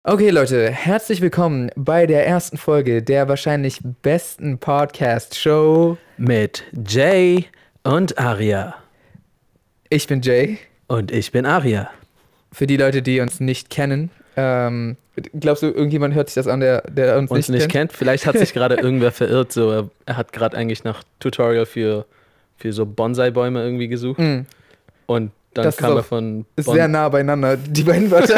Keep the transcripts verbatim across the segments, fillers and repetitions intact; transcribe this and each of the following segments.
Okay, Leute, herzlich willkommen bei der ersten Folge der wahrscheinlich besten Podcast-Show Mit Jay und Aria. Ich bin Jay. Und ich bin Aria. Für die Leute, die uns nicht kennen, ähm, glaubst du, irgendjemand hört sich das an, der, der uns, uns nicht, nicht kennt? kennt? Vielleicht hat sich gerade irgendwer verirrt. So, er, er hat gerade eigentlich nach Tutorial für, für so Bonsai-Bäume irgendwie gesucht. Mm, Und dann Das kam ist er auch- von ist Bon- sehr nah beieinander, die beiden Wörter.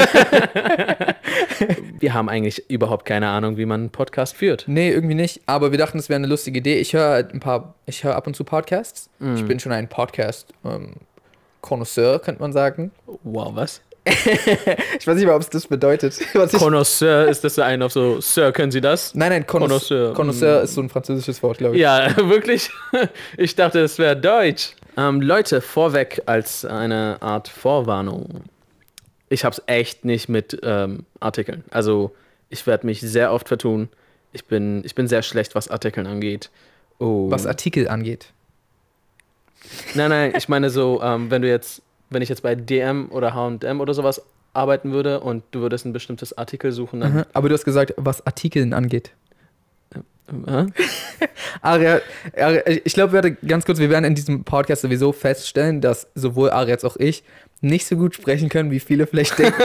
Wir haben eigentlich überhaupt keine Ahnung, wie man einen Podcast führt. Nee, irgendwie nicht, aber wir dachten, es wäre eine lustige Idee. Ich höre ein paar, ich höre ab und zu Podcasts. Mm. Ich bin schon ein Podcast-Connoisseur, könnte man sagen. Wow, was? Ich weiß nicht mal, ob es das bedeutet. Was ich Connoisseur, ist das so ein auf so, Sir, können Sie das? nein, nein, Connoisseur. Connoisseur. Connoisseur Mm. ist so ein französisches Wort, glaube ich. Ja, wirklich? Ich dachte, es wäre Deutsch. Ähm, Leute, vorweg als eine Art Vorwarnung. Ich hab's echt nicht mit ähm, Artikeln. Also, ich werde mich sehr oft vertun. Ich bin, ich bin sehr schlecht, was Artikeln angeht. Oh. Was Artikel angeht. Nein, nein, ich meine so, ähm, wenn du jetzt, wenn ich jetzt bei D M oder H und M oder sowas arbeiten würde und du würdest ein bestimmtes Artikel suchen, dann. Mhm. Aber du hast gesagt, was Artikeln angeht. Hä? Aria, Aria ich glaube, wir werden ganz kurz, wir werden in diesem Podcast sowieso feststellen, dass sowohl Aria als auch ich nicht so gut sprechen können, wie viele vielleicht denken.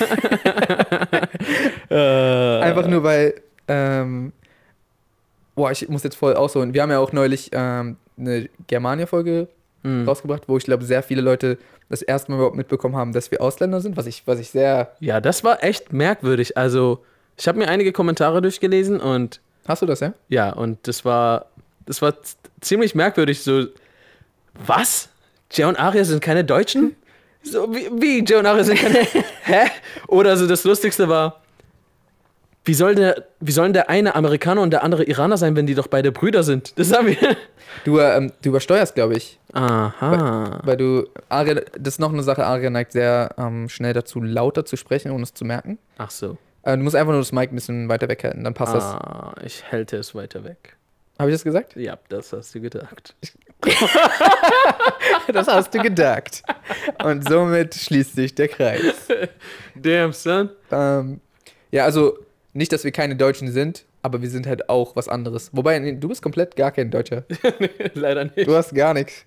Äh, Einfach nur, weil, ähm, boah, ich muss jetzt voll ausholen. Wir haben ja auch neulich ähm, eine Germania-Folge hm. rausgebracht, wo ich glaube, sehr viele Leute das erste Mal überhaupt mitbekommen haben, dass wir Ausländer sind, was ich, was ich sehr... Ja, das war echt merkwürdig. Also, ich habe mir einige Kommentare durchgelesen und Hast du das, ja? ja, und das war, das war z- ziemlich merkwürdig. So, was? Jay und Aria sind keine Deutschen? So, wie, wie? Jay und Aria sind keine. Hä? Oder so, das Lustigste war, wie soll der, wie sollen der eine Amerikaner und der andere Iraner sein, wenn die doch beide Brüder sind? Das haben wir. Du, ähm, du übersteuerst, glaube ich. Aha. Weil du, Aria, das ist noch eine Sache, Aria neigt sehr ähm, schnell dazu, lauter zu sprechen, ohne es zu merken. Ach so. Äh, du musst einfach nur das Mic ein bisschen weiter weghalten, dann passt das. Ah, ich hälte es weiter weg. Habe ich das gesagt? Ja, das hast du gedacht. Das hast du gedacht. Und somit schließt sich der Kreis. Damn, son. Ähm, ja, also nicht, dass wir keine Deutschen sind, aber wir sind halt auch was anderes. Wobei, nee, du bist komplett gar kein Deutscher. Leider nicht. Du hast gar nichts.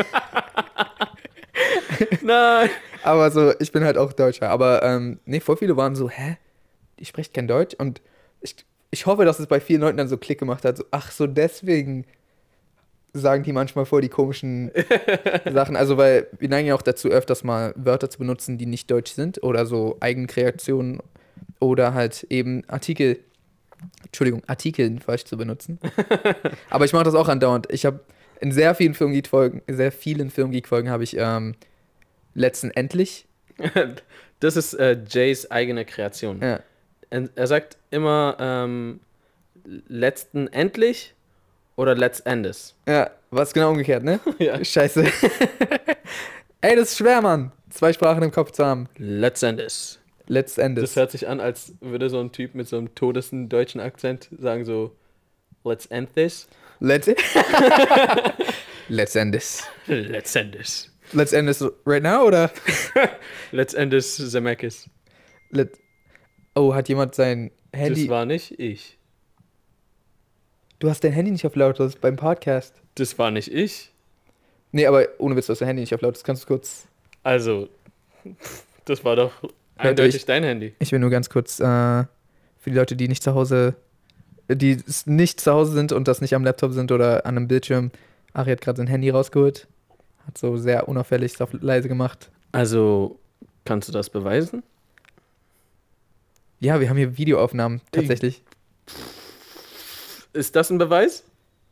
Nein. Aber so, ich bin halt auch Deutscher. Aber ähm, nee, voll viele waren so, hä? Die spricht kein Deutsch? Und ich, ich hoffe, dass es bei vielen Leuten dann so Klick gemacht hat. So, ach so, deswegen sagen die manchmal voll die komischen Sachen. Also, weil wir neigen ja auch dazu, öfters mal Wörter zu benutzen, die nicht deutsch sind. Oder so Eigenkreationen. Oder halt eben Artikel, Entschuldigung, Artikeln falsch zu benutzen. Aber ich mache das auch andauernd. Ich habe in sehr vielen Filmgeek-Folgen, sehr vielen Filmgeek-Folgen habe ich ähm, letztendlich, Das ist äh, Jays eigene Kreation. ja, Er, er sagt immer ähm, letzten endlich oder letztendes. ja, was genau umgekehrt, ne? Ja. Scheiße. Ey, das ist schwer, Mann. Zwei Sprachen im Kopf zu haben. Letztendes. Letztendes. Das hört sich an, als würde so ein Typ mit so einem todesten deutschen Akzent sagen so, let's end this. Let's Letztendes. Letztendes. Letztendes right now, oder? Letztendes Zemeckis. Let oh, hat jemand sein Handy... Das war nicht ich. Du hast dein Handy nicht auf lautlos beim Podcast. Das war nicht ich. Nee, aber ohne Witz, du hast dein Handy nicht auf lautlos. Kannst du kurz... Also, das war doch eindeutig ich- dein Handy. Ich will nur ganz kurz äh, für die Leute, die nicht zu Hause, die s- nicht zu Hause sind und das nicht am Laptop sind oder an einem Bildschirm. Ari hat gerade sein Handy rausgeholt, hat so sehr unauffällig auf leise gemacht. Also, kannst du das beweisen? Ja, wir haben hier Videoaufnahmen tatsächlich. Ist das ein Beweis?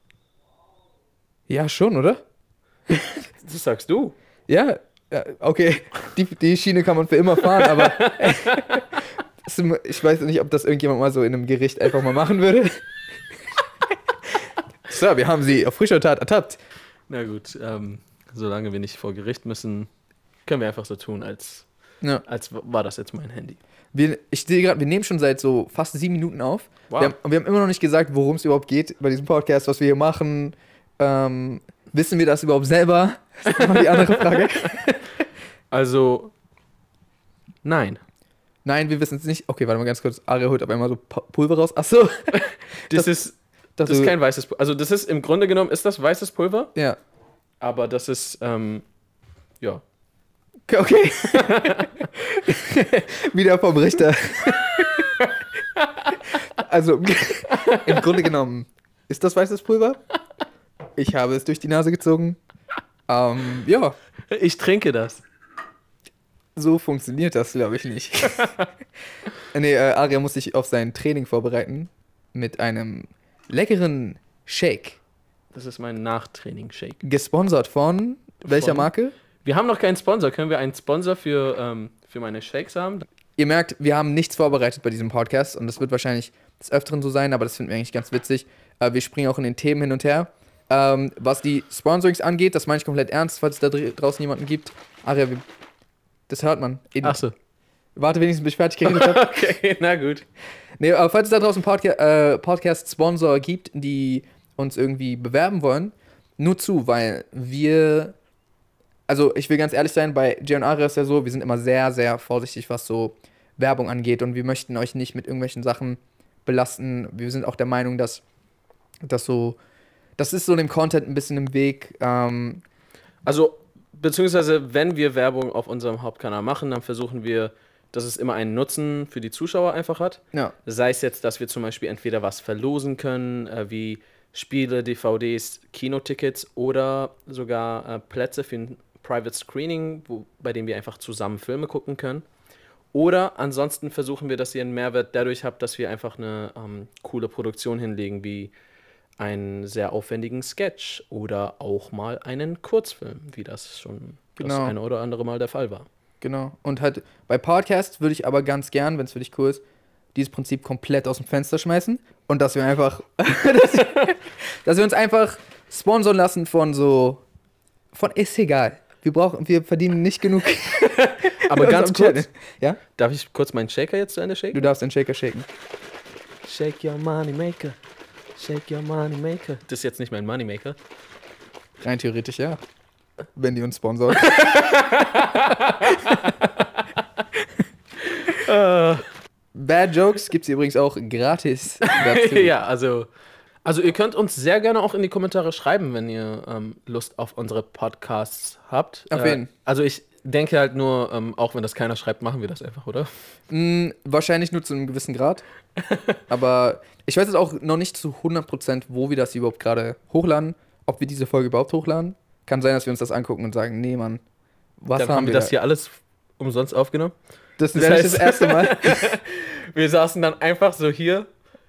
Ja, schon, oder? Das sagst du. Ja, ja okay. Die, die Schiene kann man für immer fahren, aber ich weiß nicht, ob das irgendjemand mal so in einem Gericht einfach mal machen würde. So, wir haben sie auf frischer Tat ertappt. Na gut, ähm, solange wir nicht vor Gericht müssen, können wir einfach so tun, als, Ja. als w- war das jetzt mein Handy. Wir, ich sehe gerade, wir nehmen schon seit so fast sieben Minuten auf. Wow. Wir, haben, wir haben immer noch nicht gesagt, worum es überhaupt geht bei diesem Podcast, was wir hier machen. Ähm, wissen wir das überhaupt selber? Das ist noch die andere Frage. Also, nein. Nein, wir wissen es nicht. Okay, warte mal ganz kurz. Aria holt auf einmal so Pulver raus. Achso. Das, das ist, das ist kein weißes Pulver. Also das ist, im Grunde genommen ist das weißes Pulver. Ja. Aber das ist, ähm, ja. Okay. Wieder vom Richter. Also, im Grunde genommen ist das weißes Pulver. Ich habe es durch die Nase gezogen. Ähm, ja. Ich trinke das. So funktioniert das, glaube ich, nicht. Nee, äh, Aria muss sich auf sein Training vorbereiten mit einem leckeren Shake. Das ist mein Nachtraining-Shake. Gesponsert von welcher Von? Marke? Wir haben noch keinen Sponsor. Können wir einen Sponsor für, ähm, für meine Shakes haben? Ihr merkt, wir haben nichts vorbereitet bei diesem Podcast und das wird wahrscheinlich des Öfteren so sein, aber das finden wir eigentlich ganz witzig. Äh, wir springen auch in den Themen hin und her. Ähm, was die Sponsorings angeht, das meine ich komplett ernst, falls es da draußen jemanden gibt. Aria, wir, das hört man. In, Achso. Warte wenigstens, bis ich fertig geredet habe. Okay, na gut. Nee, aber falls es da draußen Podca äh, Podcast-Sponsor gibt, die uns irgendwie bewerben wollen, nur zu, weil wir, also ich will ganz ehrlich sein, bei Jay und Aria ist ja so, wir sind immer sehr, sehr vorsichtig, was so Werbung angeht und wir möchten euch nicht mit irgendwelchen Sachen belasten. Wir sind auch der Meinung, dass das so, das ist so dem Content ein bisschen im Weg. Ähm, Also, beziehungsweise, wenn wir Werbung auf unserem Hauptkanal machen, dann versuchen wir, dass es immer einen Nutzen für die Zuschauer einfach hat. ja, Sei es jetzt, dass wir zum Beispiel entweder was verlosen können, äh, wie Spiele, D V Ds, Kinotickets oder sogar äh, Plätze für ein Private Screening, wo, bei dem wir einfach zusammen Filme gucken können. Oder ansonsten versuchen wir, dass ihr einen Mehrwert dadurch habt, dass wir einfach eine ähm, coole Produktion hinlegen, wie einen sehr aufwendigen Sketch oder auch mal einen Kurzfilm, wie das schon das Genau. eine oder andere Mal der Fall war. genau. Und halt bei Podcasts würde ich aber ganz gern, wenn es für dich cool ist, dieses Prinzip komplett aus dem Fenster schmeißen und dass wir einfach, dass, dass wir uns einfach sponsern lassen von so, von ist egal. Wir brauchen, wir verdienen nicht genug. Aber in ganz unserem kurz, Channel. Ja? darf ich kurz meinen Shaker jetzt zu Ende shaken? Du darfst den Shaker shaken. Shake your money maker. Shake your money maker. Das ist jetzt nicht mein Money Maker. Rein theoretisch ja. Wenn die uns sponsern. Äh, Bad Jokes gibt es übrigens auch gratis dazu. ja, also, also ihr könnt uns sehr gerne auch in die Kommentare schreiben, wenn ihr ähm, Lust auf unsere Podcasts habt. Auf Äh, jeden. Also ich denke halt nur, ähm, auch wenn das keiner schreibt, machen wir das einfach, oder? Mm, wahrscheinlich nur zu einem gewissen Grad. Aber ich weiß jetzt auch noch nicht zu hundert Prozent, wo wir das überhaupt gerade hochladen. Ob wir diese Folge überhaupt hochladen. Kann sein, dass wir uns das angucken und sagen, nee, Mann, was Dann haben, haben wir wir das da? hier alles umsonst aufgenommen. Das Das wäre nicht heißt- das erste Mal. Wir saßen dann einfach so hier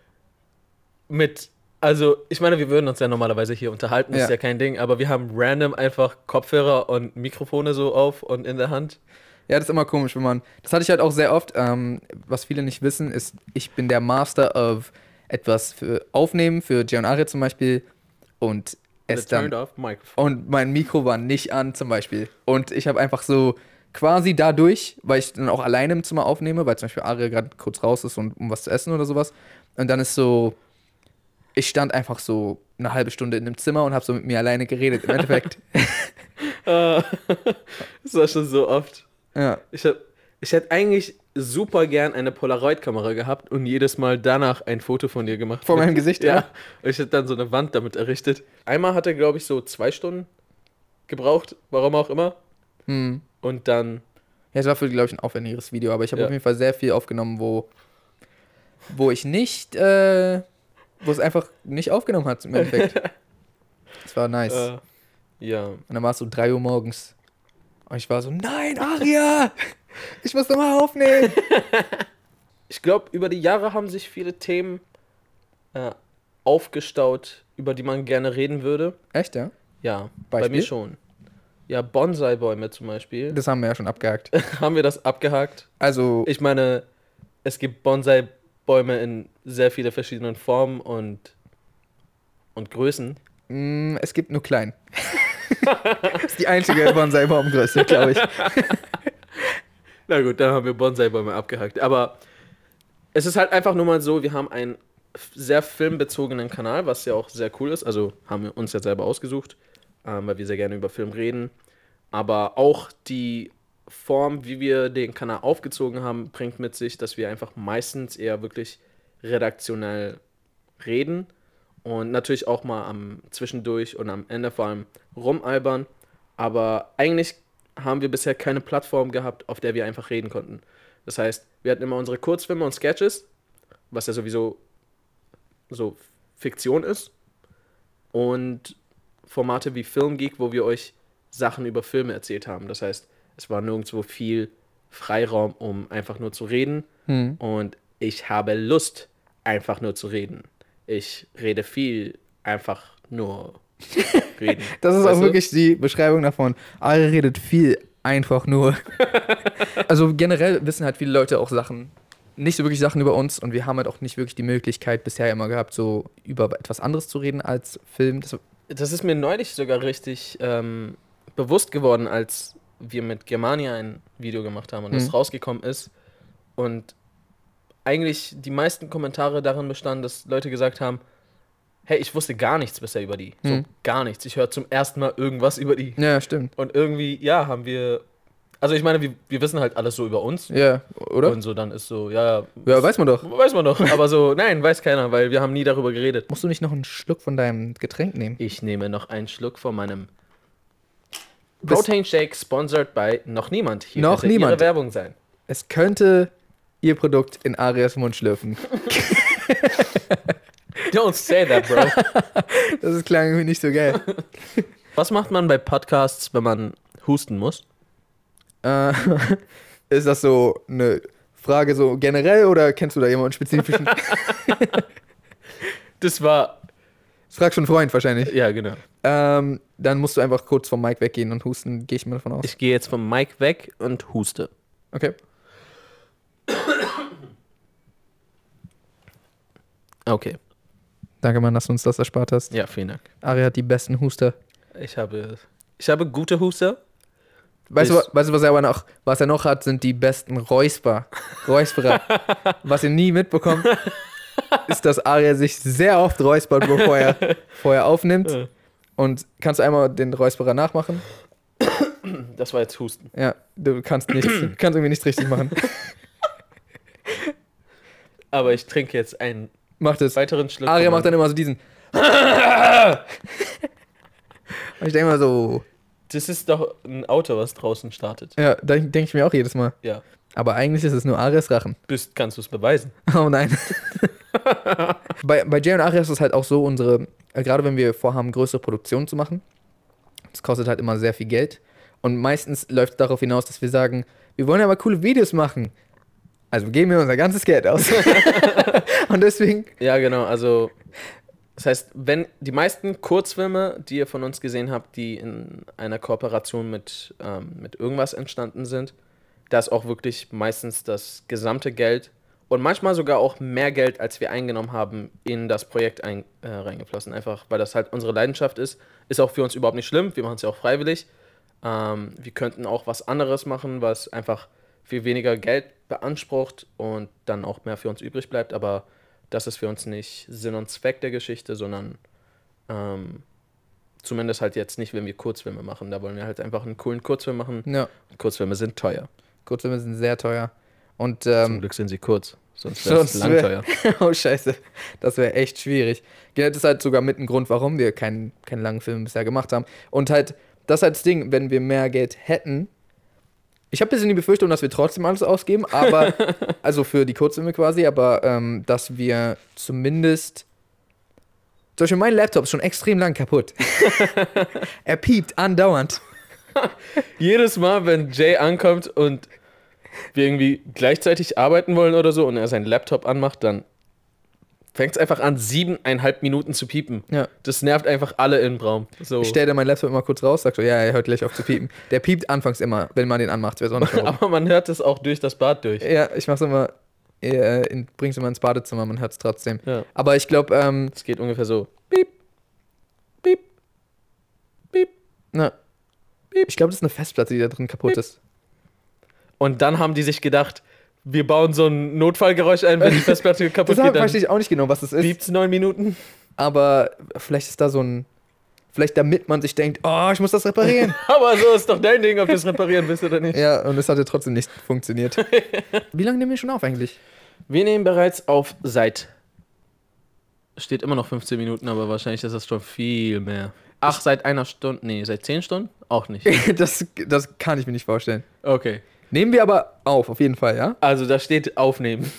mit, also ich meine, wir würden uns ja normalerweise hier unterhalten, Ja. ist ja kein Ding, aber wir haben random einfach Kopfhörer und Mikrofone so auf und in der Hand. Ja, das ist immer komisch, wenn man. Das hatte ich halt auch sehr oft. Ähm, was viele nicht wissen, ist, ich bin der Master of etwas für Aufnehmen, für Jay und Aria zum Beispiel. Und es The turned dann. off microphone. Und mein Mikro war nicht an, zum Beispiel. Und ich habe einfach so quasi dadurch, weil ich dann auch alleine im Zimmer aufnehme, weil zum Beispiel Aria gerade kurz raus ist, und, um was zu essen oder sowas. Und dann ist so. Ich stand einfach so eine halbe Stunde in einem Zimmer und habe so mit mir alleine geredet. Im Endeffekt. Äh, das war schon so oft. Ja. Ich, hab, ich hätte eigentlich super gern eine Polaroid-Kamera gehabt und jedes Mal danach ein Foto von dir gemacht. Vor meinem Gesicht, Ja. ja. Und ich hätte dann so eine Wand damit errichtet. Einmal hat er, glaube ich, so zwei Stunden gebraucht, warum auch immer. Hm. Und dann, Ja, es war für, glaube ich, ein aufwendigeres Video, aber ich habe Ja. auf jeden Fall sehr viel aufgenommen, wo, wo ich nicht, äh, wo es einfach nicht aufgenommen hat im Endeffekt. Das war nice. äh, ja. Und dann war es so drei Uhr morgens. Und ich war so, nein, Aria! Ich muss nochmal aufnehmen! Ich glaube, über die Jahre haben sich viele Themen äh, aufgestaut, über die man gerne reden würde. Echt, ja? Ja, bei Beispiel? mir schon. Ja, Bonsai-Bäume zum Beispiel. Das haben wir ja schon abgehakt. Haben wir das abgehakt? Also, Ich meine, es gibt Bonsai-Bäume in sehr viele verschiedenen Formen und, und Größen. mh, es gibt nur klein. Das ist die einzige Bonsai-Baumgröße, glaube ich. Na gut, dann haben wir Bonsai-Bäume abgehakt. Aber es ist halt einfach nur mal so, wir haben einen f- sehr filmbezogenen Kanal, was ja auch sehr cool ist. Also haben wir uns ja selber ausgesucht, ähm, weil wir sehr gerne über Film reden. Aber auch die Form, wie wir den Kanal aufgezogen haben, bringt mit sich, dass wir einfach meistens eher wirklich redaktionell reden und natürlich auch mal am zwischendurch und am Ende vor allem rumalbern. Aber eigentlich haben wir bisher keine Plattform gehabt, auf der wir einfach reden konnten. Das heißt, wir hatten immer unsere Kurzfilme und Sketches, was ja sowieso so Fiktion ist. Und Formate wie Filmgeek, wo wir euch Sachen über Filme erzählt haben. Das heißt, es war nirgendwo viel Freiraum, um einfach nur zu reden. Hm. Und ich habe Lust, einfach nur zu reden. Ich rede viel, einfach nur reden. Das ist Weißt auch du? wirklich die Beschreibung davon. Ari redet viel, einfach nur. Also generell wissen halt viele Leute auch Sachen, nicht so wirklich Sachen über uns und wir haben halt auch nicht wirklich die Möglichkeit bisher immer gehabt, so über etwas anderes zu reden als Film. Das, Das ist mir neulich sogar richtig ähm, bewusst geworden, als wir mit Germania ein Video gemacht haben und das Mhm. rausgekommen ist. Und eigentlich die meisten Kommentare darin bestanden, dass Leute gesagt haben, hey, ich wusste gar nichts bisher über die. So Mhm. gar nichts. Ich höre zum ersten Mal irgendwas über die. ja, stimmt. Und irgendwie, ja, haben wir... Also ich meine, wir, wir wissen halt alles so über uns. Ja, oder? Und so dann ist so, ja... Ja, weiß man doch. Weiß man doch. Aber so, nein, weiß keiner, weil wir haben nie darüber geredet. Musst du nicht noch einen Schluck von deinem Getränk nehmen? Ich nehme noch einen Schluck von meinem Das- Protein Shake, sponsored by noch niemand. Hier Noch könnte niemand. ihre Werbung sein. Es könnte ihr Produkt in Arias Mund schlürfen. Don't say that, bro. Das ist klang irgendwie nicht so geil. Was macht man bei Podcasts, wenn man husten muss? Äh, ist das so eine Frage so generell oder kennst du da jemanden spezifischen? Das war, Frag schon einen Freund wahrscheinlich. ja genau. Ähm, dann musst du einfach kurz vom Mic weggehen und husten, gehe ich mal davon aus. Ich gehe jetzt vom Mic weg und huste. Okay. Okay, Danke, Mann, dass du uns das erspart hast. ja, vielen Dank. Ari hat die besten Huster. Ich habe, ich habe gute Huster. Weißt du, Ich- wa- weißt du, was er aber noch, was er noch hat, sind die besten Räusper. Räusperer. Was ihr nie mitbekommt, ist, dass Aria sich sehr oft räuspert, bevor er vorher aufnimmt. Ja. Und kannst du einmal den Räusperer nachmachen? Das war jetzt Husten. Ja, du kannst nichts, kannst irgendwie nichts richtig machen. Aber ich trinke jetzt einen Mach das. weiteren Schluck. Aria von macht dann meinem- immer so diesen. Und ich denke mal so, Das ist doch ein Auto, was draußen startet. ja, da denke ich mir auch jedes Mal. Ja. Aber eigentlich ist es nur Arias Rachen. Bist, kannst du es beweisen? Oh nein. bei, bei Jay und Aria ist es halt auch so, unsere, äh, gerade wenn wir vorhaben, größere Produktionen zu machen, das kostet halt immer sehr viel Geld. Und meistens läuft es darauf hinaus, dass wir sagen, wir wollen aber coole Videos machen. Also geben wir unser ganzes Geld aus. Und deswegen, Ja, genau. Also, das heißt, wenn die meisten Kurzfilme, die ihr von uns gesehen habt, die in einer Kooperation mit, ähm, mit irgendwas entstanden sind, da ist auch wirklich meistens das gesamte Geld und manchmal sogar auch mehr Geld, als wir eingenommen haben, in das Projekt ein, äh, reingeflossen. Einfach, weil das halt unsere Leidenschaft ist. Ist auch für uns überhaupt nicht schlimm. Wir machen es ja auch freiwillig. Ähm, wir könnten auch was anderes machen, was einfach viel weniger Geld beansprucht und dann auch mehr für uns übrig bleibt. Aber das ist für uns nicht Sinn und Zweck der Geschichte, sondern ähm, zumindest halt jetzt nicht, wenn wir Kurzfilme machen. Da wollen wir halt einfach einen coolen Kurzfilm machen. ja, Kurzfilme sind teuer. Kurzfilme sind sehr teuer. Und, Zum ähm, Glück sind sie kurz, sonst wäre es sonst lang wär- teuer. oh scheiße, das wäre echt schwierig. Ja, das ist halt sogar mit ein Grund, warum wir keinen, keinen langen Film bisher gemacht haben. Und halt, das ist halt das Ding, wenn wir mehr Geld hätten. Ich habe ein bisschen die Befürchtung, dass wir trotzdem alles ausgeben, aber, also für die Kurzfilme quasi, aber ähm, dass wir zumindest. Zum Beispiel mein Laptop ist schon extrem lang kaputt. Er piept andauernd. Jedes Mal, wenn Jay ankommt und wir irgendwie gleichzeitig arbeiten wollen oder so und er seinen Laptop anmacht, dann fängt es einfach an, siebeneinhalb Minuten zu piepen. Ja. Das nervt einfach alle im Raum. So. Ich stelle dann meinen Laptop immer kurz raus, sag so, ja, er hört gleich auf zu piepen. Der piept anfangs immer, wenn man den anmacht. Wer sonst warum. Aber man hört es auch durch das Bad durch. Ja, ich mach's immer, äh, in, bring's immer ins Badezimmer, man hört's trotzdem. Ja. Aber ich glaube, ähm, Es geht ungefähr so. na, ich glaube, das ist eine Festplatte, die da drin kaputt ist. Und dann haben die sich gedacht, wir bauen so ein Notfallgeräusch ein, wenn die Festplatte kaputt Das geht, dann verstehe ich auch nicht genau, was das ist. piept's neun Minuten. Aber vielleicht ist da so ein, Vielleicht damit man sich denkt, oh, ich muss das reparieren. Aber so ist doch dein Ding, ob du es reparieren willst oder nicht. Ja, und es hatte trotzdem nicht funktioniert. Wie lange nehmen wir schon auf eigentlich? Wir nehmen bereits auf seit... Steht immer noch fünfzehn Minuten, aber wahrscheinlich ist das schon viel mehr. Ach, seit einer Stunde? Nee, seit zehn Stunden? Auch nicht. das, das kann ich mir nicht vorstellen. Okay. Nehmen wir aber auf, auf jeden Fall, ja? Also da steht aufnehmen.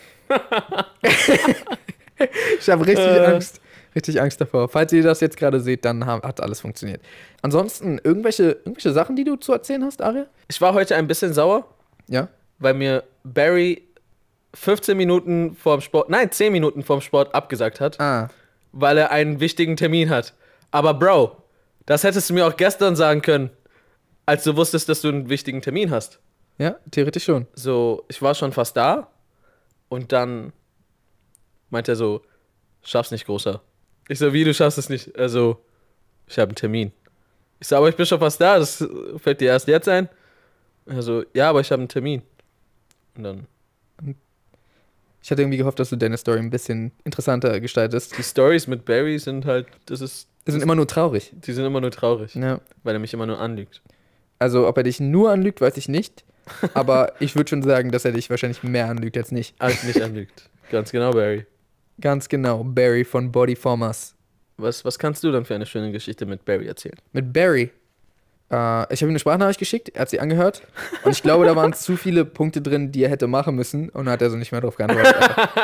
Ich habe richtig Äh. Angst. Richtig Angst davor. Falls ihr das jetzt gerade seht, dann ha- hat alles funktioniert. Ansonsten, irgendwelche, irgendwelche Sachen, die du zu erzählen hast, Aria? Ich war heute ein bisschen sauer, Ja? weil mir Barry fünfzehn Minuten vorm Sport, nein, zehn Minuten vorm Sport abgesagt hat, Ah. weil er einen wichtigen Termin hat. Aber Bro, das hättest du mir auch gestern sagen können, als du wusstest, dass du einen wichtigen Termin hast. Ja, theoretisch schon. So, ich war schon fast da und dann meint er so, schaff's nicht, Großer. Ich so, wie, du schaffst es nicht? Also, ich habe einen Termin. Ich so, aber ich bin schon fast da, das fällt dir erst jetzt ein? Also, ja, aber ich habe einen Termin. Und dann, Ich hatte irgendwie gehofft, dass du deine Story ein bisschen interessanter gestaltest. die Stories mit Barry sind halt, das ist, Die sind immer nur traurig. die sind immer nur traurig, Ja. weil er mich immer nur anlügt. Also, ob er dich nur anlügt, weiß ich nicht. Aber ich würde schon sagen, dass er dich wahrscheinlich mehr anlügt als nicht. Als mich anlügt. Ganz genau, Barry. Ganz genau. Barry von Bodyformers. Was, was kannst du dann für eine schöne Geschichte mit Barry erzählen? Mit Barry. Äh, ich habe ihm eine Sprachnachricht geschickt, er hat sie angehört. Und ich glaube, da waren zu viele Punkte drin, die er hätte machen müssen. Und dann hat er so nicht mehr drauf geantwortet.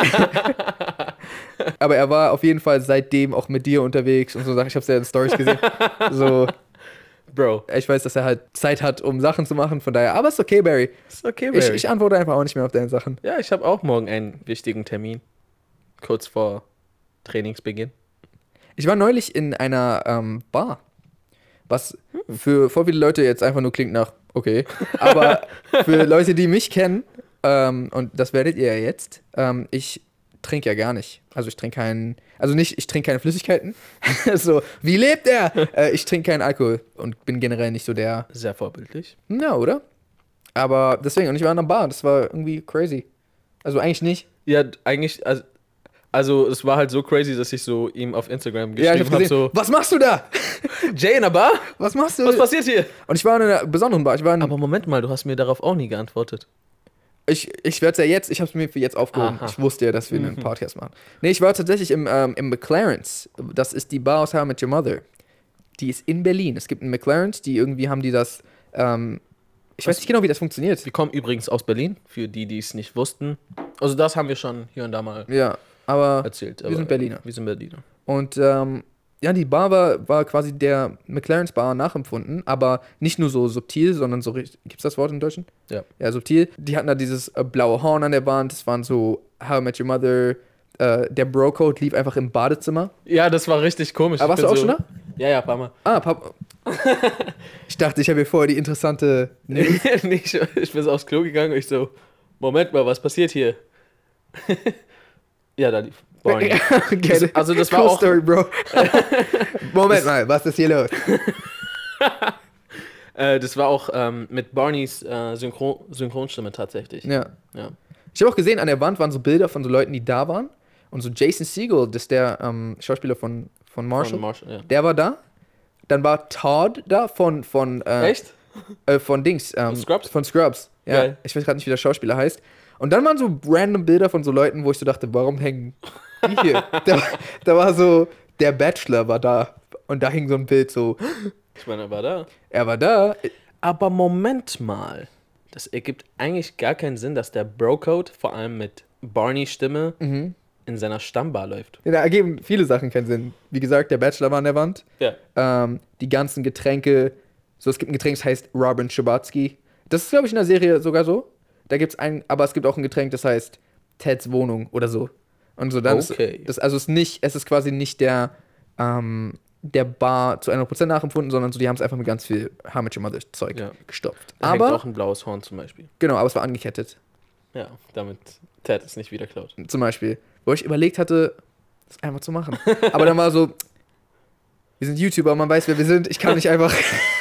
Aber er war auf jeden Fall seitdem auch mit dir unterwegs und so Sachen. Ich habe es ja in Stories gesehen. So, Bro. ich weiß, dass er halt Zeit hat, um Sachen zu machen. Von daher, aber ist okay, Barry. Ist okay, Ich, Barry. ich antworte einfach auch nicht mehr auf deine Sachen. ja, ich habe auch morgen einen wichtigen Termin. Kurz vor Trainingsbeginn. Ich war neulich in einer ähm, Bar, was für voll viele Leute jetzt einfach nur klingt nach, okay, aber für Leute, die mich kennen, ähm, und das werdet ihr ja jetzt, ähm, ich trinke ja gar nicht. Also ich trinke keinen, also nicht, ich trinke keine Flüssigkeiten. So, wie lebt er? äh, ich trinke keinen Alkohol und bin generell nicht so der, Sehr vorbildlich. na, oder? Aber deswegen, und ich war in einer Bar, das war irgendwie crazy. Also eigentlich nicht. Ja, eigentlich, also, also es war halt so crazy, dass ich so ihm auf Instagram Ja, ich geschrieben hab habe, gesehen, so, was machst du da? Jay in der Bar? Was machst du? Was passiert hier? Und ich war in einer besonderen Bar. Ich war in, Aber Moment mal, du hast mir darauf auch nie geantwortet. Ich, ich werde es ja jetzt, ich habe es mir für jetzt aufgehoben. Aha. Ich wusste ja, dass wir einen Podcast machen. Nee, ich war tatsächlich im, ähm, im McLaren's. Das ist die Bar aus How I Met Your Mother. Die ist in Berlin. Es gibt einen McLaren's, die irgendwie haben die das, ähm, ich weiß nicht genau, wie das funktioniert. Wir kommen übrigens aus Berlin, für die, die es nicht wussten. Also das haben wir schon hier und da mal Ja, aber erzählt. wir sind Berliner. Wir sind Berliner. Und ähm, ja, die Bar war, war quasi der McLaren's Bar nachempfunden, aber nicht nur so subtil, sondern so richtig, gibt's das Wort im Deutschen? Ja. Ja, subtil. Die hatten da dieses äh, blaue Horn an der Wand, das waren so How I Met Your Mother, äh, der Bro-Code lief einfach im Badezimmer. Ja, das war richtig komisch. Aber warst Ich du auch bin schon da? Ja, ja, ein paar Mal. Ah, Papa. Ich dachte, ich habe hier vorher die interessante News. nee, ich, ich bin so aufs Klo gegangen und ich so, Moment mal, was passiert hier? ja, da lief Barney. Get it. Also das war cool auch- Story, Bro. Moment mal, was ist hier los? Äh, das war auch ähm, mit Barneys äh, Synchron Synchronstimme tatsächlich. Ja. Ja. Ich habe auch gesehen, an der Wand waren so Bilder von so Leuten, die da waren. Und so Jason Segel, das ist der ähm, Schauspieler von, von Marshall, Von Marshall, ja. der war da. Dann war Todd da von, von, äh, Echt? äh, von Dings. Ähm, Von Scrubs? Von Scrubs. Ja. Geil. Ich weiß gerade nicht, wie der Schauspieler heißt. Und dann waren so random Bilder von so Leuten, wo ich so dachte, warum hängen die hier? da, da war so, der Bachelor war da. Und da hing so ein Bild so, Ich meine, er war da. er war da. Aber Moment mal. Das ergibt eigentlich gar keinen Sinn, dass der Bro-Code vor allem mit Barneys Stimme Mhm. in seiner Stammbar läuft. Da ergeben viele Sachen keinen Sinn. Wie gesagt, der Bachelor war an der Wand. Ja. Ähm, die ganzen Getränke. So, es gibt ein Getränk, das heißt Robin Schabatsky. Das ist, glaube ich, in der Serie sogar so. Da gibt es ein, aber es gibt auch ein Getränk, das heißt Teds Wohnung oder so. Und so dann Okay. ist das, also es ist nicht, es ist quasi nicht der, ähm, der Bar zu hundert Prozent nachempfunden, sondern so, die haben es einfach mit ganz viel How I Met Your Mother Zeug Ja. gestopft. Da hängt Aber, auch ein blaues Horn zum Beispiel. genau, aber es war angekettet. Ja, damit Ted es nicht wieder klaut. Zum Beispiel. Wo ich überlegt hatte, das einfach zu machen. Aber dann war so, wir sind YouTuber, man weiß, wer wir sind. Ich kann nicht einfach.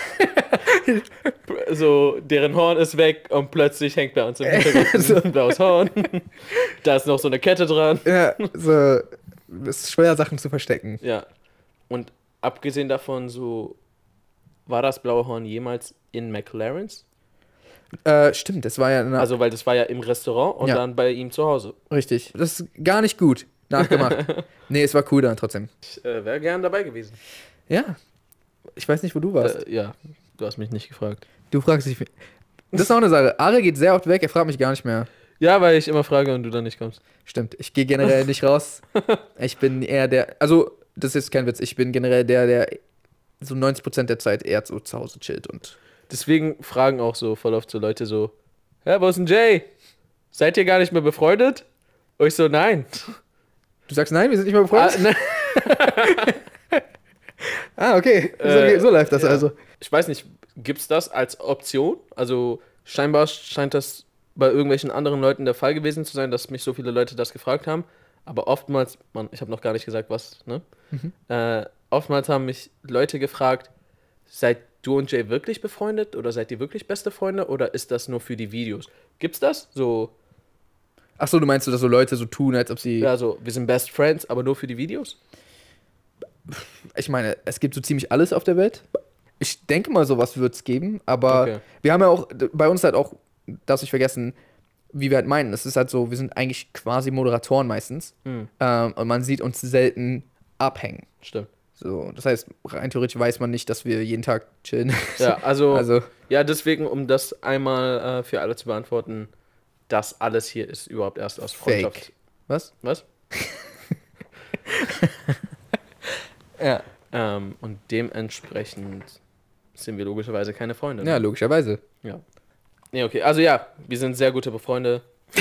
So, deren Horn ist weg und plötzlich hängt bei uns im Hintergrund So. ein blaues Horn. Da ist noch so eine Kette dran. Ja, so. Es ist schwer, Sachen zu verstecken. Ja. Und abgesehen davon, so, war das blaue Horn jemals in McLaren's? Äh, stimmt, das war ja eine, Also, weil das war ja im Restaurant und Ja. dann bei ihm zu Hause. richtig. Das ist gar nicht gut nachgemacht. Nee, es war cool dann trotzdem. Ich äh, wäre gern dabei gewesen. Ja. Ich weiß nicht, wo du warst. Äh, ja, du hast mich nicht gefragt. Du fragst dich. Das ist auch eine Sache. Ari geht sehr oft weg, er fragt mich gar nicht mehr. Ja, weil ich immer frage und du dann nicht kommst. Stimmt, ich gehe generell nicht raus. Ich bin eher der, also, das ist kein Witz, ich bin generell der, der so neunzig Prozent der Zeit eher so zu Hause chillt und. Deswegen fragen auch so voll oft so Leute so, hä, wo ist denn Jay? Seid ihr gar nicht mehr befreundet? Und ich so, nein. Du sagst nein, wir sind nicht mehr Ah, befreundet? ne. Ah, okay. So, Äh, so läuft das ja. also. Ich weiß nicht, gibt's das als Option? Also scheinbar scheint das bei irgendwelchen anderen Leuten der Fall gewesen zu sein, dass mich so viele Leute das gefragt haben. Aber oftmals, man, ich habe noch gar nicht gesagt, was, ne? Mhm. Äh, oftmals haben mich Leute gefragt, seid du und Jay wirklich befreundet oder seid ihr wirklich beste Freunde oder ist das nur für die Videos? Gibt's das? So, Achso, du meinst so, dass so Leute so tun, als ob sie. ja, so, wir sind Best Friends, aber nur für die Videos? Ich meine, es gibt so ziemlich alles auf der Welt. Ich denke mal, sowas wird es geben, aber Okay. wir haben ja auch, bei uns halt auch, darfst nicht vergessen, wie wir halt meinen. Es ist halt so, wir sind eigentlich quasi Moderatoren meistens. Hm, Ähm, und man sieht uns selten abhängen. stimmt. So, das heißt, rein theoretisch weiß man nicht, dass wir jeden Tag chillen. Ja, also, Also, ja, deswegen, um das einmal äh, für alle zu beantworten, das alles hier ist überhaupt erst aus Freundschaft. Fake. Was? Was? Ja. Ähm, und dementsprechend sind wir logischerweise keine Freunde. ne? Ja, logischerweise. Ja. Nee, okay. Also ja, wir sind sehr gute Freunde.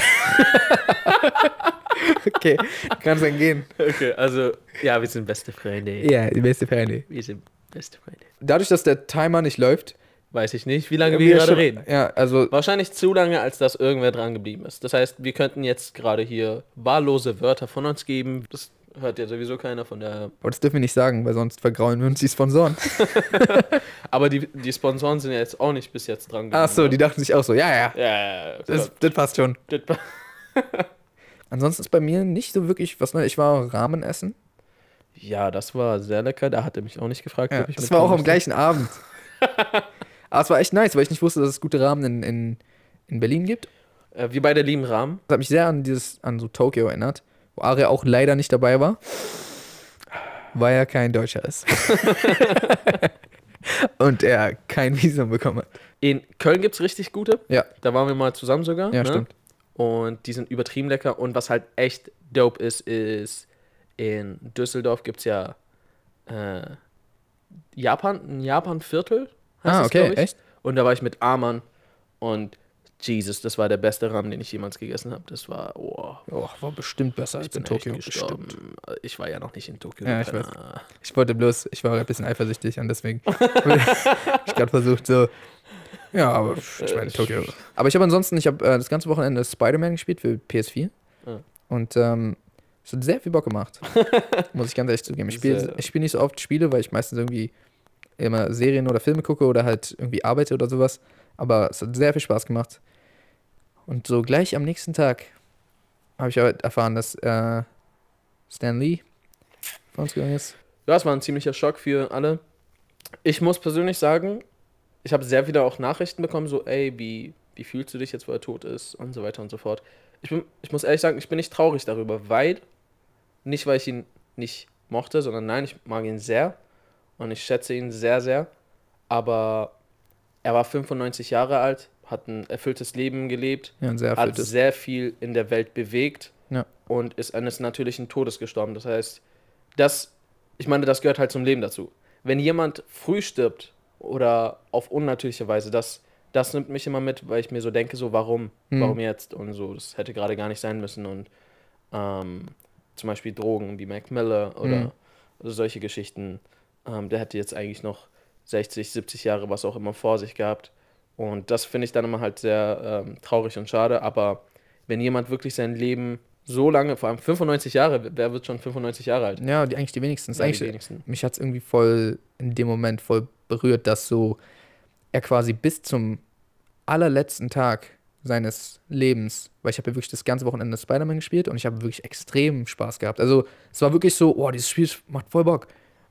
Okay, kannst dann gehen. Okay, also ja, wir sind beste Freunde. Ja, die beste Freunde. Wir sind beste Freunde. Dadurch, dass der Timer nicht läuft, Weiß ich nicht, wie lange wir gerade schon- reden. Ja, also, Wahrscheinlich zu lange, als dass irgendwer dran geblieben ist. Das heißt, wir könnten jetzt gerade hier wahllose Wörter von uns geben. Das hört ja sowieso keiner von der. aber das dürfen wir nicht sagen, weil sonst vergrauen wir uns die Sponsoren. Aber die, die Sponsoren sind ja jetzt auch nicht bis jetzt dran geblieben. Ach so, die dachten sich auch so, ja, ja, Ja, ja, ja. das, das passt schon. Das, Ansonsten ist bei mir nicht so wirklich was Neues. Ich war Ramen essen. ja, das war sehr lecker. Da hat er mich auch nicht gefragt, Ja, ob ich das war auch am mitkommen gleichen Abend. Aber es war echt nice, weil ich nicht wusste, dass es gute Ramen in, in, in Berlin gibt. möchte. Äh, wir beide lieben Rahmen. Das hat mich sehr an dieses, an so Tokio erinnert, wo Aria auch leider nicht dabei war, weil er kein Deutscher ist. Und er kein Visum bekommen hat. In Köln gibt es richtig gute. Ja, Da waren wir mal zusammen sogar. ja, ne? stimmt. Und die sind übertrieben lecker. Und was halt echt dope ist, ist, in Düsseldorf gibt es ja äh, Japan, ein Japan-Viertel. heißt Ah, es, okay, glaub ich. echt? Und da war ich mit Amann und Jesus, das war der beste Ramen, den ich jemals gegessen habe. Das war, oh, Oh, war bestimmt besser ich als in bin Tokio. echt gestorben. Bestimmt. Ich war ja noch nicht in Tokio. Ja, du ich weiß. Penner. Ich wollte bloß, ich war ein bisschen eifersüchtig und deswegen habe ich gerade versucht, so. Ja, aber ich meine, Tokio. Aber ich habe ansonsten, ich habe äh, das ganze Wochenende Spider-Man gespielt für P S vier. Ah. Und ähm, es hat sehr viel Bock gemacht. Muss ich ganz ehrlich zugeben. Ich spiele Sehr. ich spiel nicht so oft Spiele, weil ich meistens irgendwie immer Serien oder Filme gucke oder halt irgendwie arbeite oder sowas. Aber es hat sehr viel Spaß gemacht. Und so gleich am nächsten Tag habe ich halt erfahren, dass äh, Stan Lee von uns gegangen ist. Ja, es war ein ziemlicher Schock für alle. Ich muss persönlich sagen, ich habe sehr viele auch Nachrichten bekommen, so, ey, wie, wie fühlst du dich jetzt, wo er tot ist und so weiter und so fort. Ich, bin, ich muss ehrlich sagen, ich bin nicht traurig darüber, weil, nicht weil ich ihn nicht mochte, sondern nein, ich mag ihn sehr und ich schätze ihn sehr, sehr, aber er war fünfundneunzig Jahre alt, hat ein erfülltes Leben gelebt, Ja, ein sehr hat erfülltes. sehr viel in der Welt bewegt Ja. und ist eines natürlichen Todes gestorben. Das heißt, das, ich meine, das gehört halt zum Leben dazu. Wenn jemand früh stirbt oder auf unnatürliche Weise, das, das nimmt mich immer mit, weil ich mir so denke, so warum, Hm. warum jetzt und so, das hätte gerade gar nicht sein müssen und ähm, zum Beispiel Drogen wie Mac Miller oder Hm. solche Geschichten, ähm, der hätte jetzt eigentlich noch sechzig, siebzig Jahre, was auch immer vor sich gehabt und das finde ich dann immer halt sehr ähm, traurig und schade, aber wenn jemand wirklich sein Leben so lange, vor allem fünfundneunzig Jahre, wer wird schon fünfundneunzig Jahre alt? Ja, die, eigentlich die wenigsten. Das ist Ja, die eigentlich, wenigsten. mich hat es irgendwie voll in dem Moment voll berührt, dass so er quasi bis zum allerletzten Tag seines Lebens, weil ich habe ja wirklich das ganze Wochenende Spider-Man gespielt und ich habe wirklich extrem Spaß gehabt. Also es war wirklich so, oh, dieses Spiel macht voll Bock.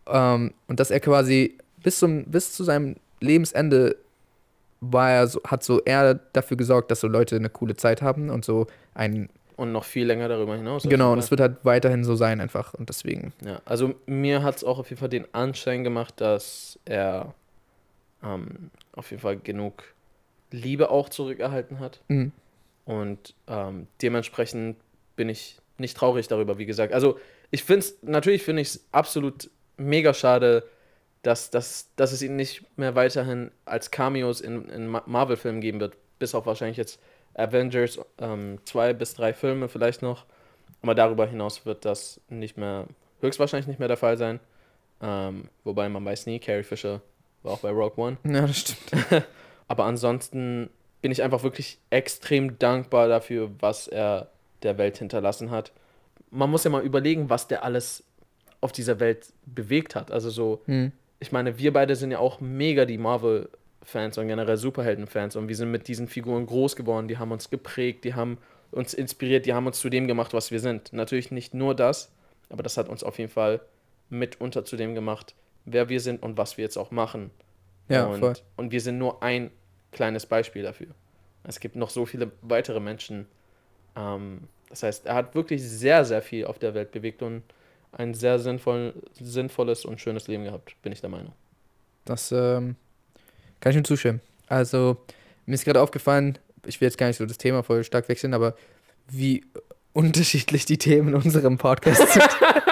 Ähm, und dass er quasi bis zum, bis zu seinem Lebensende war er so, hat so er dafür gesorgt, dass so Leute eine coole Zeit haben und so ein. Und noch viel länger darüber hinaus. Genau, und es wird halt weiterhin so sein einfach. Und deswegen. Ja, also mir hat es auch auf jeden Fall den Anschein gemacht, dass er ähm, auf jeden Fall genug Liebe auch zurückerhalten hat. Mhm. Und ähm, dementsprechend bin ich nicht traurig darüber, wie gesagt. Also ich finde es, natürlich finde ich es absolut mega schade, dass, dass, dass es ihn nicht mehr weiterhin als Cameos in, in Marvel-Filmen geben wird. Bis auf wahrscheinlich jetzt Avengers, ähm, zwei bis drei Filme vielleicht noch. Aber darüber hinaus wird das nicht mehr, höchstwahrscheinlich nicht mehr der Fall sein. Ähm, wobei man weiß nie, Carrie Fisher war auch bei Rogue One. Ja, das stimmt. Aber ansonsten bin ich einfach wirklich extrem dankbar dafür, was er der Welt hinterlassen hat. Man muss ja mal überlegen, was der alles auf dieser Welt bewegt hat. Also so, Hm. ich meine, wir beide sind ja auch mega die Marvel-Fans und generell Superhelden-Fans und wir sind mit diesen Figuren groß geworden, die haben uns geprägt, die haben uns inspiriert, die haben uns zu dem gemacht, was wir sind. Natürlich nicht nur das, aber das hat uns auf jeden Fall mitunter zu dem gemacht, wer wir sind und was wir jetzt auch machen. Ja, und, voll. und wir sind nur ein kleines Beispiel dafür. Es gibt noch so viele weitere Menschen. Ähm, das heißt, er hat wirklich sehr, sehr viel auf der Welt bewegt und ein sehr sinnvoll, sinnvolles und schönes Leben gehabt, bin ich der Meinung. Das ähm, kann ich nur zustimmen. Also, mir ist gerade aufgefallen, ich will jetzt gar nicht so das Thema voll stark wechseln, aber wie unterschiedlich die Themen in unserem Podcast sind.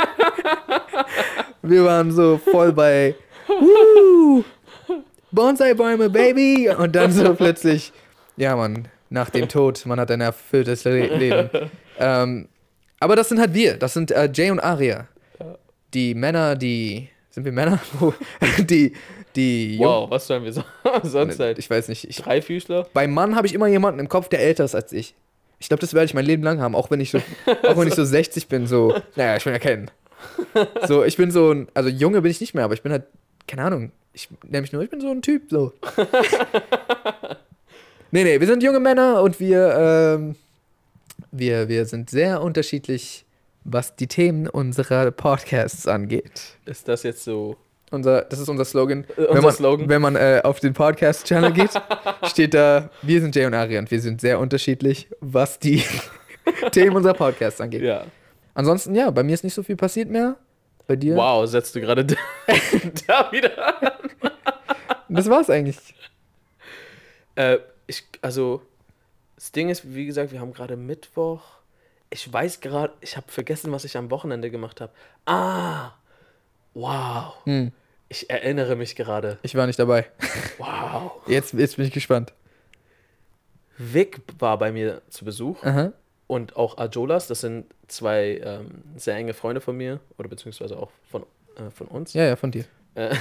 Wir waren so voll bei Woo, Bonsai-Bäume, Baby! Und dann so plötzlich, ja, Mann, nach dem Tod, man hat ein erfülltes Le Leben. Ähm, aber das sind halt wir, das sind äh, Jay und Aria. Die Männer, die. Sind wir Männer? die. die Wow, was sollen wir so, sonst halt? Ich weiß nicht. Ich, Dreifüßler? beim Mann habe ich immer jemanden im Kopf, der älter ist als ich. Ich glaube, das werde ich mein Leben lang haben, auch wenn ich so, auch wenn ich so sechzig bin, so. Naja, ich bin erkennen. So, ich bin so ein. Also, Junge bin ich nicht mehr, aber ich bin halt. Keine Ahnung. Ich nenne mich nur, ich bin so ein Typ, so. nee, nee, wir sind junge Männer und wir. Ähm, wir, wir sind sehr unterschiedlich, was die Themen unserer Podcasts angeht. Ist das jetzt so? Unser, das ist unser Slogan. Äh, unser wenn man, Slogan? Wenn man äh, auf den Podcast-Channel geht, steht da, wir sind Jay und Ari und wir sind sehr unterschiedlich, was die Themen unserer Podcasts angeht. Ja. Ansonsten, ja, bei mir ist nicht so viel passiert mehr. Bei dir? Wow, setzt du gerade da, da wieder an? Das war's eigentlich. Äh, ich, also, das Ding ist, wie gesagt, wir haben gerade Mittwoch. Ich weiß gerade, ich habe vergessen, was ich am Wochenende gemacht habe. Ah, wow. Hm, Ich erinnere mich gerade. ich war nicht dabei. Wow. Jetzt, jetzt bin ich gespannt. Vic war bei mir zu Besuch Aha. und auch Ajolas. Das sind zwei ähm, sehr enge Freunde von mir oder beziehungsweise auch von, äh, von uns. Ja, ja, von dir. Äh,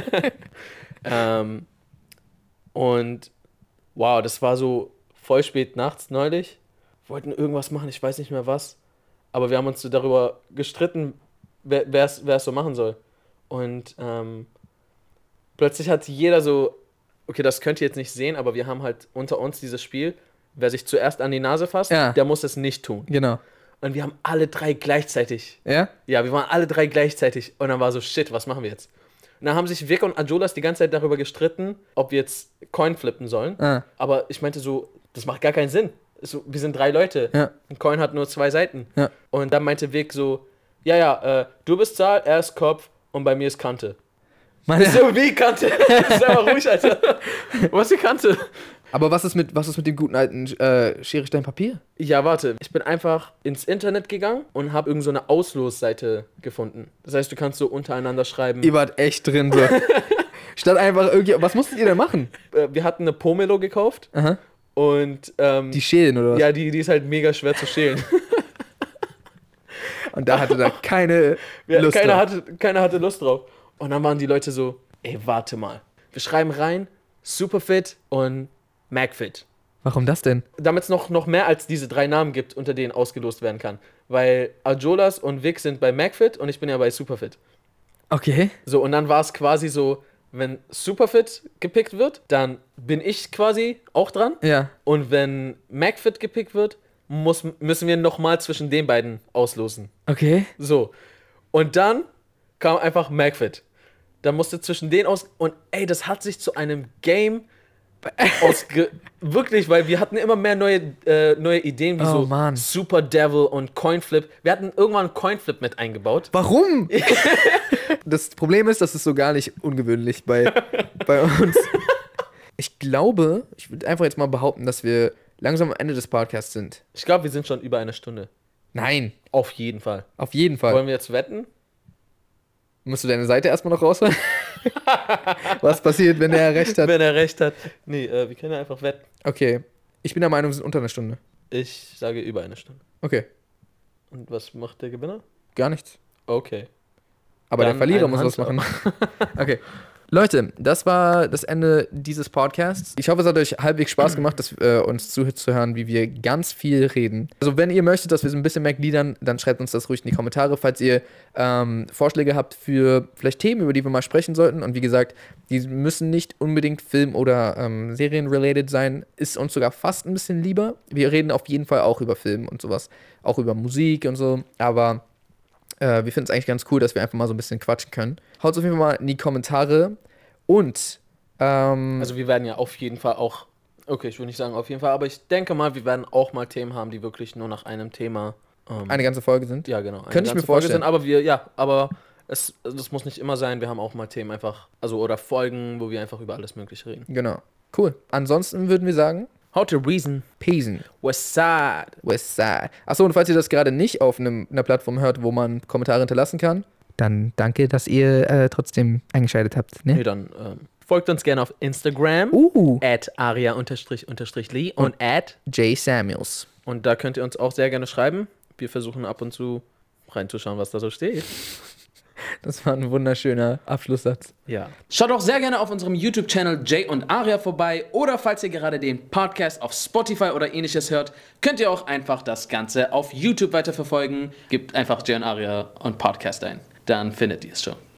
ähm, und wow, das war so voll spät nachts neulich. Wollten irgendwas machen, ich weiß nicht mehr was. Aber wir haben uns so darüber gestritten, wer es so machen soll. Und ähm, plötzlich hat jeder so, okay, das könnt ihr jetzt nicht sehen, aber wir haben halt unter uns dieses Spiel, wer sich zuerst an die Nase fasst, Ja. der muss es nicht tun. Genau. Und wir haben alle drei gleichzeitig, Ja? ja, wir waren alle drei gleichzeitig. Und dann war so, shit, was machen wir jetzt? Und dann haben sich Vic und Ajolas die ganze Zeit darüber gestritten, ob wir jetzt Coin flippen sollen. Ah. Aber ich meinte so, das macht gar keinen Sinn. So, wir sind drei Leute. Ja. Ein Coin hat nur zwei Seiten. Ja. Und dann meinte Vic so, ja, ja, äh, du bist Zahl, er ist Kopf und bei mir ist Kante. Meine, Ich so, wie Kante? Sei mal ruhig, Alter. Was ist die Kante? aber was ist mit, was ist mit dem guten alten äh, Schere, Stein, Papier? Ja, warte. Ich bin einfach ins Internet gegangen und habe irgend so eine Auslosseite gefunden. Das heißt, du kannst so untereinander schreiben. Ihr wart echt drin so. Statt einfach irgendwie. Was musstet ihr denn machen? Äh, wir hatten eine Pomelo gekauft Aha. und ähm, Die schälen oder was? ja, die, die ist halt mega schwer zu schälen. Und da hatte da keine Ja, Lust keiner, drauf. hatte, keiner hatte Lust drauf. Und dann waren die Leute so, ey, warte mal. Wir schreiben rein Superfit und McFit. Warum das denn? Damit es noch, noch mehr als diese drei Namen gibt, unter denen ausgelost werden kann. Weil Ajolas und Vic sind bei McFit und ich bin ja bei Superfit. Okay. So, und dann war es quasi so, wenn Superfit gepickt wird, dann bin ich quasi auch dran. Ja. Und wenn McFit gepickt wird, muss, müssen wir nochmal zwischen den beiden auslosen. Okay. So. Und dann kam einfach McFit. Da musste zwischen denen aus... Und ey, das hat sich zu einem Game ausge... Wirklich, weil wir hatten immer mehr neue, äh, neue Ideen, wie Oh, so Mann. Super Devil und Coinflip. Wir hatten irgendwann Coinflip mit eingebaut. Warum? Das Problem ist, das ist so gar nicht ungewöhnlich bei, bei uns. Ich glaube, ich würde einfach jetzt mal behaupten, dass wir langsam am Ende des Podcasts sind. Ich glaube, wir sind schon über eine Stunde. Nein, Auf jeden Fall. auf jeden Fall. Wollen wir jetzt wetten? Musst du deine Seite erstmal noch rausholen? Was passiert, wenn er recht hat? Wenn er recht hat. Nee, äh, wir können ja einfach wetten. Okay, ich bin der Meinung, wir sind unter einer Stunde. Ich sage über eine Stunde. Okay, Und was macht der Gewinner? gar nichts. Okay. Aber der Dann Verlierer einen muss was Handschuh. machen. Okay. Leute, das war das Ende dieses Podcasts. Ich hoffe, es hat euch halbwegs Spaß gemacht, dass, äh, uns zuzuhören, wie wir ganz viel reden. Also wenn ihr möchtet, dass wir so ein bisschen mehr gliedern, dann schreibt uns das ruhig in die Kommentare, falls ihr ähm, Vorschläge habt für vielleicht Themen, über die wir mal sprechen sollten. Und wie gesagt, die müssen nicht unbedingt Film- oder ähm, Serien-related sein. Ist uns sogar fast ein bisschen lieber. Wir reden auf jeden Fall auch über Film und sowas. Auch über Musik und so. Aber Äh, wir finden es eigentlich ganz cool, dass wir einfach mal so ein bisschen quatschen können. Haut auf jeden Fall mal in die Kommentare. Und, ähm, Also wir werden ja auf jeden Fall auch, okay, ich will nicht sagen auf jeden Fall, aber ich denke mal, wir werden auch mal Themen haben, die wirklich nur nach einem Thema, ähm, eine ganze Folge sind. ja genau, eine Könnte ich mir ganze Folge vorstellen. sind, aber wir, ja, aber es, das muss nicht immer sein, wir haben auch mal Themen einfach, also oder Folgen, wo wir einfach über alles Mögliche reden. Genau. Cool. Ansonsten würden wir sagen, How to reason, Peace. Westside. Westside. Achso, und falls ihr das gerade nicht auf einem, einer Plattform hört, wo man Kommentare hinterlassen kann, dann danke, dass ihr äh, trotzdem eingeschaltet habt. Ne? Nee, dann ähm, folgt uns gerne auf Instagram, Uh, at aria-lee und at, Jay Samuels. und da könnt ihr uns auch sehr gerne schreiben. Wir versuchen ab und zu reinzuschauen, was da so steht. Das war ein wunderschöner Abschlusssatz. Ja. Schaut auch sehr gerne auf unserem YouTube-Channel Jay und Aria vorbei oder falls ihr gerade den Podcast auf Spotify oder ähnliches hört, könnt ihr auch einfach das Ganze auf YouTube weiterverfolgen. Gebt einfach Jay und Aria und Podcast ein. Dann findet ihr es schon.